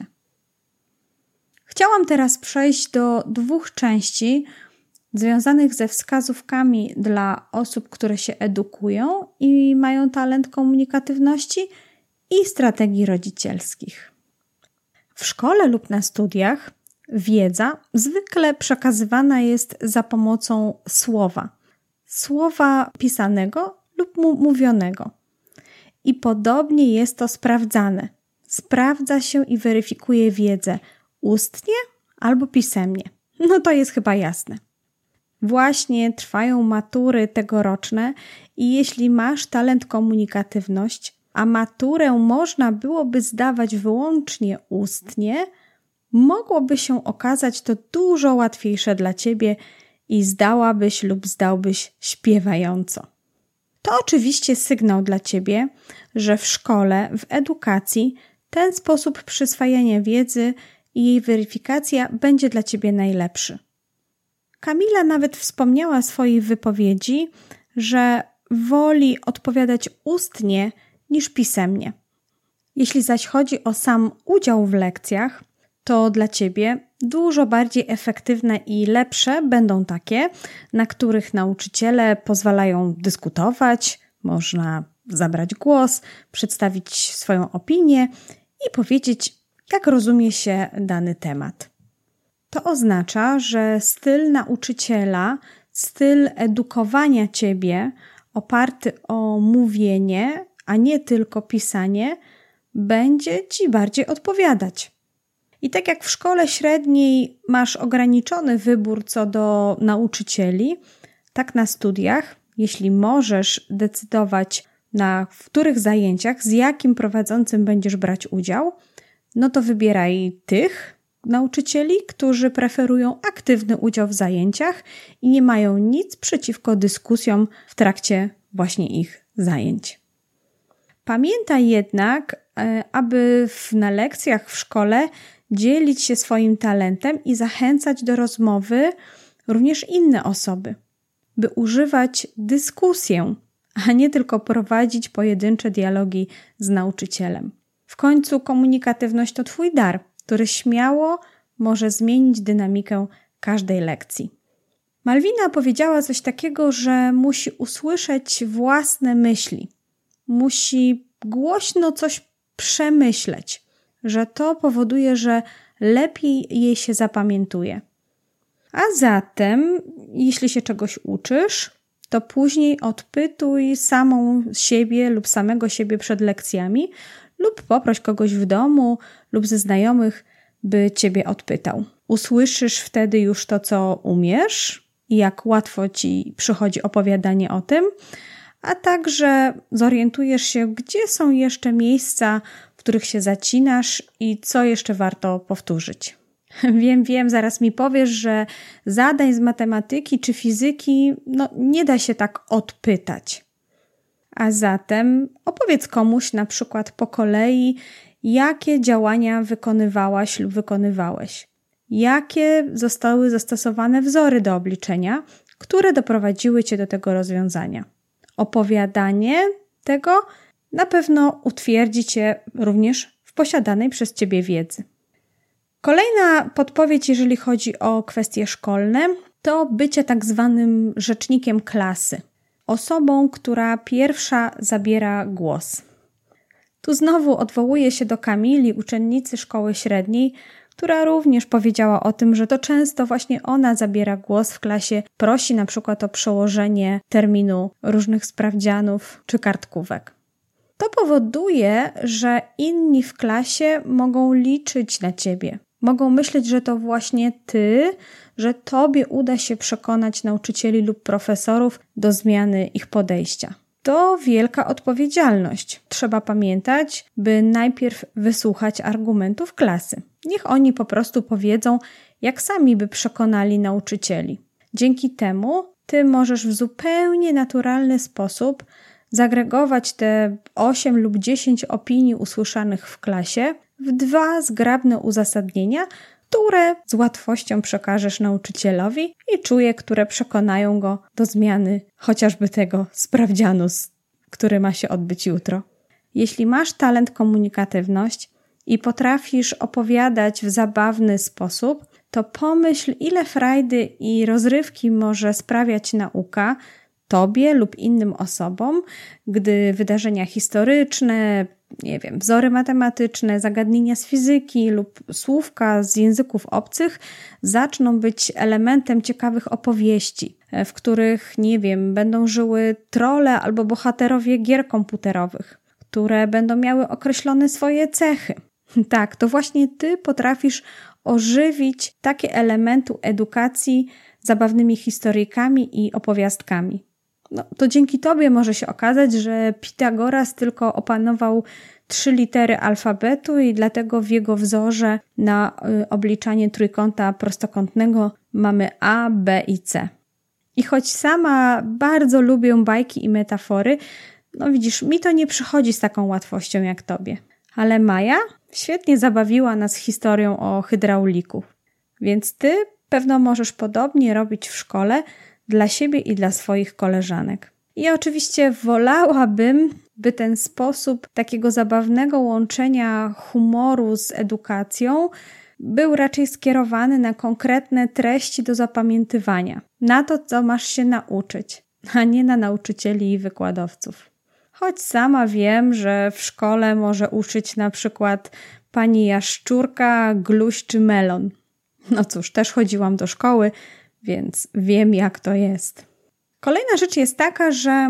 Chciałam teraz przejść do 2 części związanych ze wskazówkami dla osób, które się edukują i mają talent komunikatywności i strategii rodzicielskich. W szkole lub na studiach wiedza zwykle przekazywana jest za pomocą słowa pisanego lub mówionego. I podobnie jest to sprawdzane. Sprawdza się i weryfikuje wiedzę ustnie albo pisemnie. No to jest chyba jasne. Właśnie trwają matury tegoroczne i jeśli masz talent komunikatywność, a maturę można byłoby zdawać wyłącznie ustnie, mogłoby się okazać to dużo łatwiejsze dla Ciebie i zdałabyś lub zdałbyś śpiewająco. To oczywiście sygnał dla Ciebie, że w szkole, w edukacji ten sposób przyswajania wiedzy i jej weryfikacja będzie dla Ciebie najlepszy. Kamila nawet wspomniała w swojej wypowiedzi, że woli odpowiadać ustnie niż pisemnie. Jeśli zaś chodzi o sam udział w lekcjach, to dla Ciebie dużo bardziej efektywne i lepsze będą takie, na których nauczyciele pozwalają dyskutować, można zabrać głos, przedstawić swoją opinię i powiedzieć, jak rozumie się dany temat. To oznacza, że styl nauczyciela, styl edukowania Ciebie oparty o mówienie, a nie tylko pisanie, będzie Ci bardziej odpowiadać. I tak jak w szkole średniej masz ograniczony wybór co do nauczycieli, tak na studiach, jeśli możesz decydować, w których zajęciach, z jakim prowadzącym będziesz brać udział, no to wybieraj tych nauczycieli, którzy preferują aktywny udział w zajęciach i nie mają nic przeciwko dyskusjom w trakcie właśnie ich zajęć. Pamiętaj jednak, aby na lekcjach w szkole dzielić się swoim talentem i zachęcać do rozmowy również inne osoby, by używać dyskusję, a nie tylko prowadzić pojedyncze dialogi z nauczycielem. W końcu komunikatywność to Twój dar, który śmiało może zmienić dynamikę każdej lekcji. Malwina powiedziała coś takiego, że musi usłyszeć własne myśli. Musi głośno coś przemyśleć, że to powoduje, że lepiej jej się zapamiętuje. A zatem, jeśli się czegoś uczysz, to później odpytuj samą siebie lub samego siebie przed lekcjami lub poproś kogoś w domu lub ze znajomych, by Ciebie odpytał. Usłyszysz wtedy już to, co umiesz i jak łatwo Ci przychodzi opowiadanie o tym, a także zorientujesz się, gdzie są jeszcze miejsca, w których się zacinasz i co jeszcze warto powtórzyć. Wiem, zaraz mi powiesz, że zadań z matematyki czy fizyki nie da się tak odpytać. A zatem opowiedz komuś na przykład po kolei, jakie działania wykonywałaś lub wykonywałeś. Jakie zostały zastosowane wzory do obliczenia, które doprowadziły Cię do tego rozwiązania. Opowiadanie tego na pewno utwierdzi Cię również w posiadanej przez Ciebie wiedzy. Kolejna podpowiedź, jeżeli chodzi o kwestie szkolne, to bycie tak zwanym rzecznikiem klasy. Osobą, która pierwsza zabiera głos. Tu znowu odwołuję się do Kamili, uczennicy szkoły średniej, która również powiedziała o tym, że to często właśnie ona zabiera głos w klasie, prosi na przykład o przełożenie terminu różnych sprawdzianów czy kartkówek. To powoduje, że inni w klasie mogą liczyć na ciebie. Mogą myśleć, że to właśnie ty, że tobie uda się przekonać nauczycieli lub profesorów do zmiany ich podejścia. To wielka odpowiedzialność. Trzeba pamiętać, by najpierw wysłuchać argumentów klasy. Niech oni po prostu powiedzą, jak sami by przekonali nauczycieli. Dzięki temu ty możesz w zupełnie naturalny sposób zagregować te 8 lub 10 opinii usłyszanych w klasie w 2 zgrabne uzasadnienia, które z łatwością przekażesz nauczycielowi i które przekonają go do zmiany chociażby tego sprawdzianu, który ma się odbyć jutro. Jeśli masz talent komunikatywność i potrafisz opowiadać w zabawny sposób, to pomyśl, ile frajdy i rozrywki może sprawiać nauka tobie lub innym osobom, gdy wydarzenia historyczne, wzory matematyczne, zagadnienia z fizyki lub słówka z języków obcych zaczną być elementem ciekawych opowieści, w których, będą żyły trolle albo bohaterowie gier komputerowych, które będą miały określone swoje cechy. Tak, to właśnie ty potrafisz ożywić takie elementy edukacji zabawnymi historyjkami i opowiastkami. To dzięki tobie może się okazać, że Pitagoras tylko opanował 3 litery alfabetu i dlatego w jego wzorze na obliczanie trójkąta prostokątnego mamy A, B i C. I choć sama bardzo lubię bajki i metafory, widzisz, mi to nie przychodzi z taką łatwością jak tobie. Ale Maja świetnie zabawiła nas historią o hydrauliku. Więc ty pewno możesz podobnie robić w szkole dla siebie i dla swoich koleżanek. I oczywiście wolałabym, by ten sposób takiego zabawnego łączenia humoru z edukacją był raczej skierowany na konkretne treści do zapamiętywania, na to, co masz się nauczyć, a nie na nauczycieli i wykładowców. Choć sama wiem, że w szkole może uczyć na przykład pani Jaszczurka, Gluś czy Melon. Cóż, też chodziłam do szkoły, więc wiem, jak to jest. Kolejna rzecz jest taka, że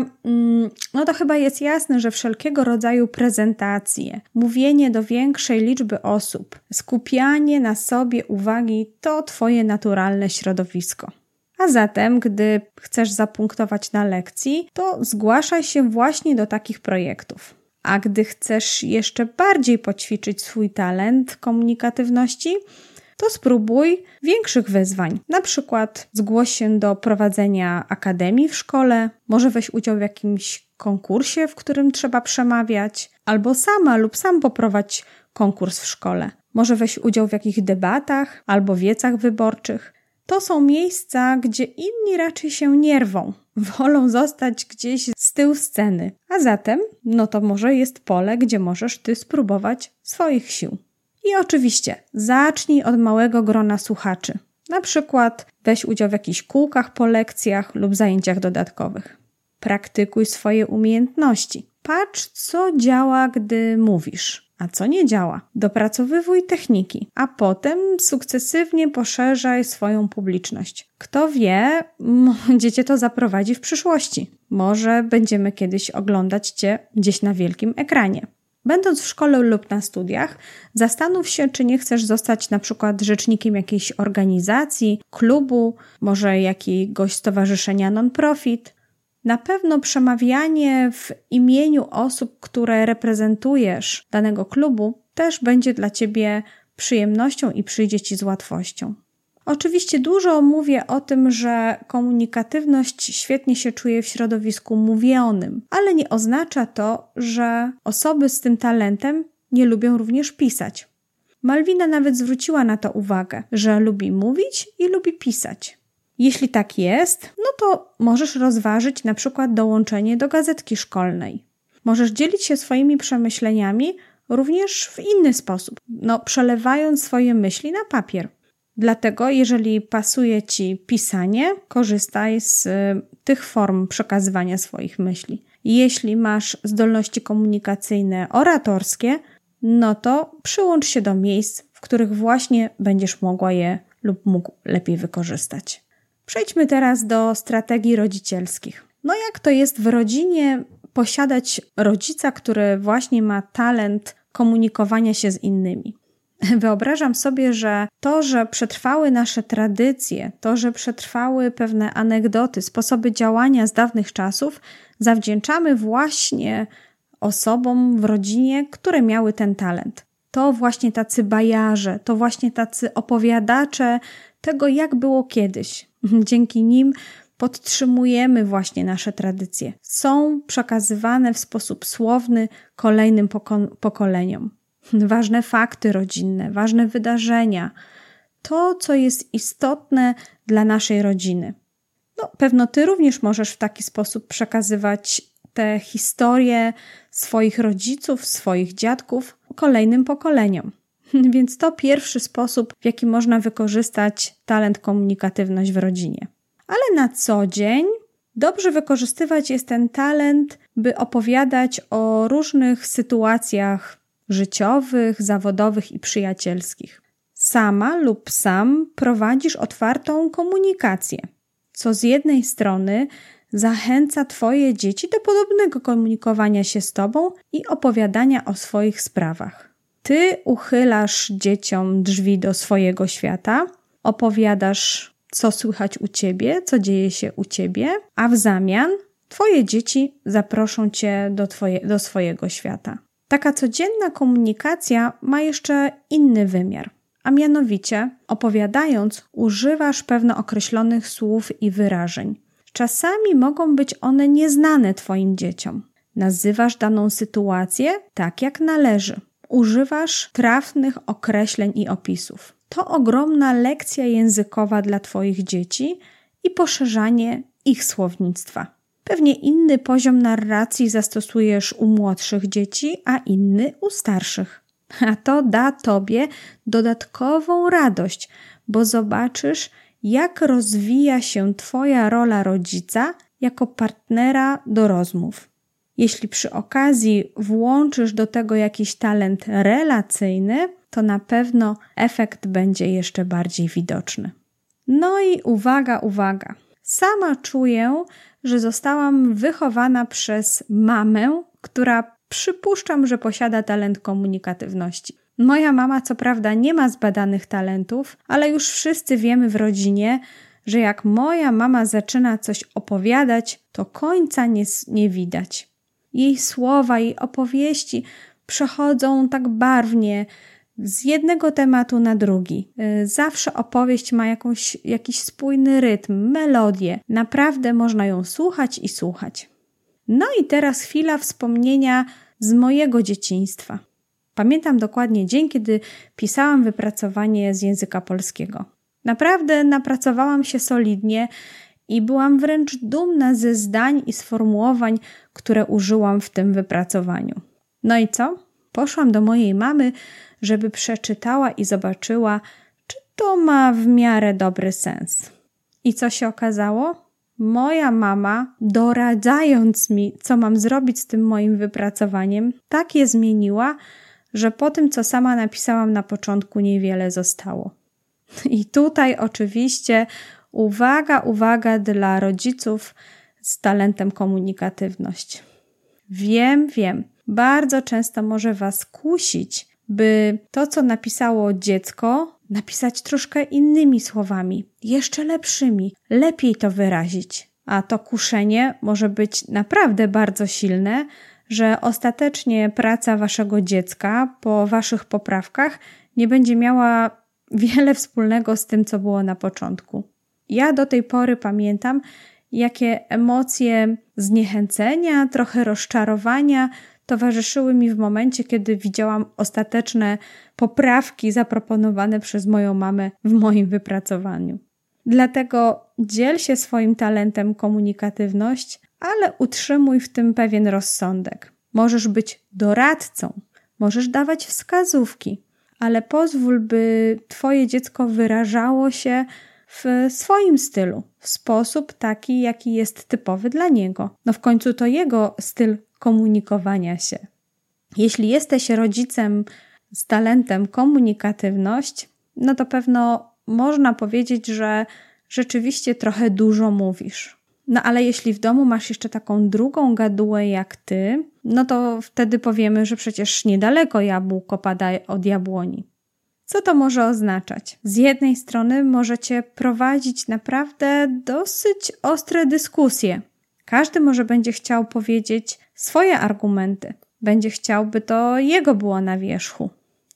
to chyba jest jasne, że wszelkiego rodzaju prezentacje, mówienie do większej liczby osób, skupianie na sobie uwagi to twoje naturalne środowisko. A zatem, gdy chcesz zapunktować na lekcji, to zgłaszaj się właśnie do takich projektów. A gdy chcesz jeszcze bardziej poćwiczyć swój talent komunikatywności, to spróbuj większych wyzwań. Na przykład zgłoś się do prowadzenia akademii w szkole, może weź udział w jakimś konkursie, w którym trzeba przemawiać, albo sama lub sam poprowadź konkurs w szkole. Może weź udział w jakichś debatach albo wiecach wyborczych. To są miejsca, gdzie inni raczej się nie rwą, wolą zostać gdzieś z tyłu sceny. A zatem, to może jest pole, gdzie możesz ty spróbować swoich sił. I oczywiście zacznij od małego grona słuchaczy. Na przykład weź udział w jakichś kółkach po lekcjach lub zajęciach dodatkowych. Praktykuj swoje umiejętności. Patrz, co działa, gdy mówisz, a co nie działa. Dopracowywuj techniki, a potem sukcesywnie poszerzaj swoją publiczność. Kto wie, gdzie cię to zaprowadzi w przyszłości. Może będziemy kiedyś oglądać cię gdzieś na wielkim ekranie. Będąc w szkole lub na studiach, zastanów się, czy nie chcesz zostać na przykład rzecznikiem jakiejś organizacji, klubu, może jakiegoś stowarzyszenia non-profit. Na pewno przemawianie w imieniu osób, które reprezentujesz danego klubu, też będzie dla ciebie przyjemnością i przyjdzie ci z łatwością. Oczywiście dużo mówię o tym, że komunikatywność świetnie się czuje w środowisku mówionym, ale nie oznacza to, że osoby z tym talentem nie lubią również pisać. Malwina nawet zwróciła na to uwagę, że lubi mówić i lubi pisać. Jeśli tak jest, to możesz rozważyć na przykład dołączenie do gazetki szkolnej. Możesz dzielić się swoimi przemyśleniami również w inny sposób, przelewając swoje myśli na papier. Dlatego, jeżeli pasuje ci pisanie, korzystaj z tych form przekazywania swoich myśli. Jeśli masz zdolności komunikacyjne oratorskie, to przyłącz się do miejsc, w których właśnie będziesz mogła je lub mógł lepiej wykorzystać. Przejdźmy teraz do strategii rodzicielskich. Jak to jest w rodzinie, posiadać rodzica, który właśnie ma talent komunikowania się z innymi. Wyobrażam sobie, że to, że przetrwały nasze tradycje, to, że przetrwały pewne anegdoty, sposoby działania z dawnych czasów, zawdzięczamy właśnie osobom w rodzinie, które miały ten talent. To właśnie tacy bajarze, to właśnie tacy opowiadacze tego, jak było kiedyś. Dzięki nim podtrzymujemy właśnie nasze tradycje. Są przekazywane w sposób słowny kolejnym pokoleniom. Ważne fakty rodzinne, ważne wydarzenia. To, co jest istotne dla naszej rodziny. Pewno Ty również możesz w taki sposób przekazywać te historie swoich rodziców, swoich dziadków kolejnym pokoleniom. Więc to pierwszy sposób, w jaki można wykorzystać talent komunikatywność w rodzinie. Ale na co dzień dobrze wykorzystywać jest ten talent, by opowiadać o różnych sytuacjach życiowych, zawodowych i przyjacielskich. Sama lub sam prowadzisz otwartą komunikację, co z jednej strony zachęca Twoje dzieci do podobnego komunikowania się z Tobą i opowiadania o swoich sprawach. Ty uchylasz dzieciom drzwi do swojego świata, opowiadasz, co słychać u Ciebie, co dzieje się u Ciebie, a w zamian Twoje dzieci zaproszą Cię do swojego świata. Taka codzienna komunikacja ma jeszcze inny wymiar, a mianowicie opowiadając używasz pewno określonych słów i wyrażeń. Czasami mogą być one nieznane Twoim dzieciom. Nazywasz daną sytuację tak, jak należy. Używasz trafnych określeń i opisów. To ogromna lekcja językowa dla Twoich dzieci i poszerzanie ich słownictwa. Pewnie inny poziom narracji zastosujesz u młodszych dzieci, a inny u starszych. A to da Tobie dodatkową radość, bo zobaczysz, jak rozwija się Twoja rola rodzica jako partnera do rozmów. Jeśli przy okazji włączysz do tego jakiś talent relacyjny, to na pewno efekt będzie jeszcze bardziej widoczny. No i uwaga. Sama czuję, że zostałam wychowana przez mamę, która przypuszczam, że posiada talent komunikatywności. Moja mama co prawda nie ma zbadanych talentów, ale już wszyscy wiemy w rodzinie, że jak moja mama zaczyna coś opowiadać, to końca nie widać. Jej słowa, jej opowieści przechodzą tak barwnie z jednego tematu na drugi. Zawsze opowieść ma jakiś spójny rytm, melodię. Naprawdę można ją słuchać i słuchać. No i teraz chwila wspomnienia z mojego dzieciństwa. Pamiętam dokładnie dzień, kiedy pisałam wypracowanie z języka polskiego. Naprawdę napracowałam się solidnie i byłam wręcz dumna ze zdań i sformułowań, które użyłam w tym wypracowaniu. No i co? Poszłam do mojej mamy, żeby przeczytała i zobaczyła, czy to ma w miarę dobry sens. I co się okazało? Moja mama, doradzając mi, co mam zrobić z tym moim wypracowaniem, tak je zmieniła, że po tym, co sama napisałam na początku, niewiele zostało. I tutaj oczywiście uwaga dla rodziców z talentem komunikatywność. Wiem, bardzo często może Was kusić, by to, co napisało dziecko, napisać troszkę innymi słowami, jeszcze lepszymi, lepiej to wyrazić. A to kuszenie może być naprawdę bardzo silne, że ostatecznie praca Waszego dziecka po Waszych poprawkach nie będzie miała wiele wspólnego z tym, co było na początku. Ja do tej pory pamiętam, jakie emocje zniechęcenia, trochę rozczarowania towarzyszyły mi w momencie, kiedy widziałam ostateczne poprawki zaproponowane przez moją mamę w moim wypracowaniu. Dlatego dziel się swoim talentem komunikatywność, ale utrzymuj w tym pewien rozsądek. Możesz być doradcą, możesz dawać wskazówki, ale pozwól, by Twoje dziecko wyrażało się w swoim stylu, w sposób taki, jaki jest typowy dla niego. W końcu to jego styl komunikowania się. Jeśli jesteś rodzicem z talentem komunikatywność, to pewno można powiedzieć, że rzeczywiście trochę dużo mówisz. No ale jeśli w domu masz jeszcze taką drugą gadułę jak ty, no to wtedy powiemy, że przecież niedaleko jabłko pada od jabłoni. Co to może oznaczać? Z jednej strony możecie prowadzić naprawdę dosyć ostre dyskusje. Każdy może będzie chciał powiedzieć swoje argumenty. Będzie chciał, by to jego było na wierzchu.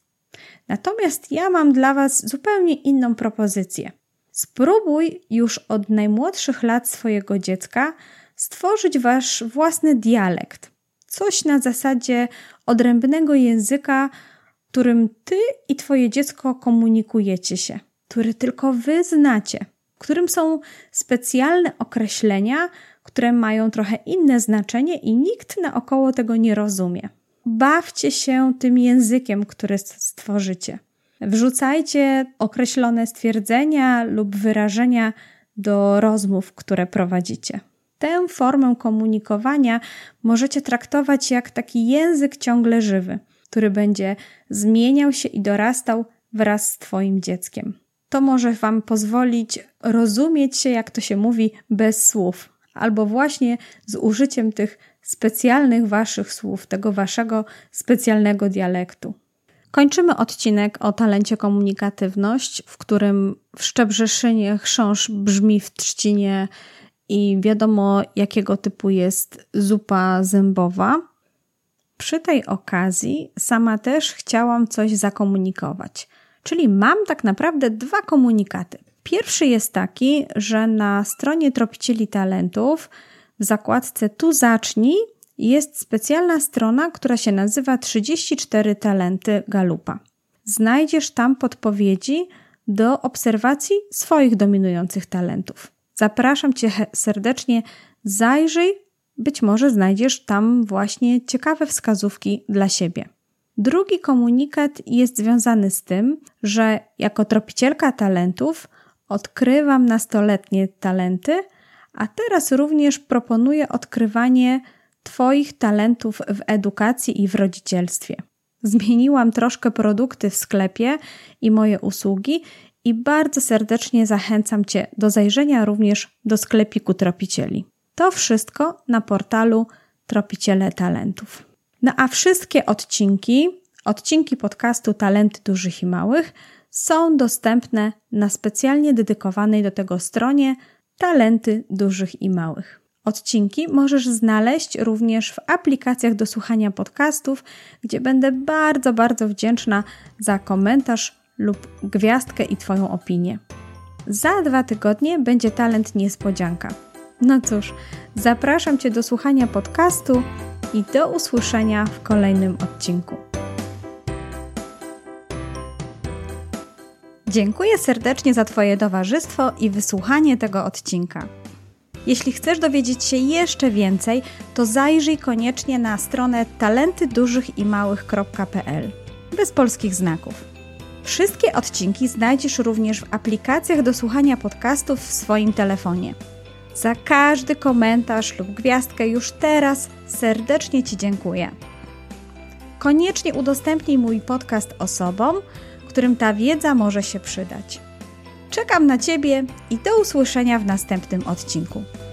Natomiast ja mam dla Was zupełnie inną propozycję. Spróbuj już od najmłodszych lat swojego dziecka stworzyć Wasz własny dialekt. Coś na zasadzie odrębnego języka, którym Ty i Twoje dziecko komunikujecie się, który tylko Wy znacie, w którym są specjalne określenia, które mają trochę inne znaczenie i nikt naokoło tego nie rozumie. Bawcie się tym językiem, który stworzycie. Wrzucajcie określone stwierdzenia lub wyrażenia do rozmów, które prowadzicie. Tę formę komunikowania możecie traktować jak taki język ciągle żywy, który będzie zmieniał się i dorastał wraz z Twoim dzieckiem. To może Wam pozwolić rozumieć się, jak to się mówi, bez słów, albo właśnie z użyciem tych specjalnych Waszych słów, tego Waszego specjalnego dialektu. Kończymy odcinek o talencie komunikatywność, w którym w Szczebrzeszynie chrząszcz brzmi w trzcinie i wiadomo, jakiego typu jest zupa zębowa. Przy tej okazji sama też chciałam coś zakomunikować. Czyli mam tak naprawdę 2 komunikaty. Pierwszy jest taki, że na stronie Tropicieli Talentów w zakładce Tu zacznij jest specjalna strona, która się nazywa 34 talenty Galupa. Znajdziesz tam podpowiedzi do obserwacji swoich dominujących talentów. Zapraszam Cię serdecznie, zajrzyj, być może znajdziesz tam właśnie ciekawe wskazówki dla siebie. Drugi komunikat jest związany z tym, że jako tropicielka talentów odkrywam nastoletnie talenty, a teraz również proponuję odkrywanie Twoich talentów w edukacji i w rodzicielstwie. Zmieniłam troszkę produkty w sklepie i moje usługi i bardzo serdecznie zachęcam Cię do zajrzenia również do sklepiku Tropicieli. To wszystko na portalu Tropiciele Talentów. No a wszystkie odcinki podcastu Talenty Dużych i Małych są dostępne na specjalnie dedykowanej do tego stronie Talenty Dużych i Małych. Odcinki możesz znaleźć również w aplikacjach do słuchania podcastów, gdzie będę bardzo, bardzo wdzięczna za komentarz lub gwiazdkę i Twoją opinię. Za 2 tygodnie będzie talent niespodzianka. No cóż, zapraszam Cię do słuchania podcastu i do usłyszenia w kolejnym odcinku. Dziękuję serdecznie za Twoje towarzystwo i wysłuchanie tego odcinka. Jeśli chcesz dowiedzieć się jeszcze więcej, to zajrzyj koniecznie na stronę talentydużychimałych.pl bez polskich znaków. Wszystkie odcinki znajdziesz również w aplikacjach do słuchania podcastów w swoim telefonie. Za każdy komentarz lub gwiazdkę już teraz serdecznie Ci dziękuję. Koniecznie udostępnij mój podcast osobom, którym ta wiedza może się przydać. Czekam na Ciebie i do usłyszenia w następnym odcinku.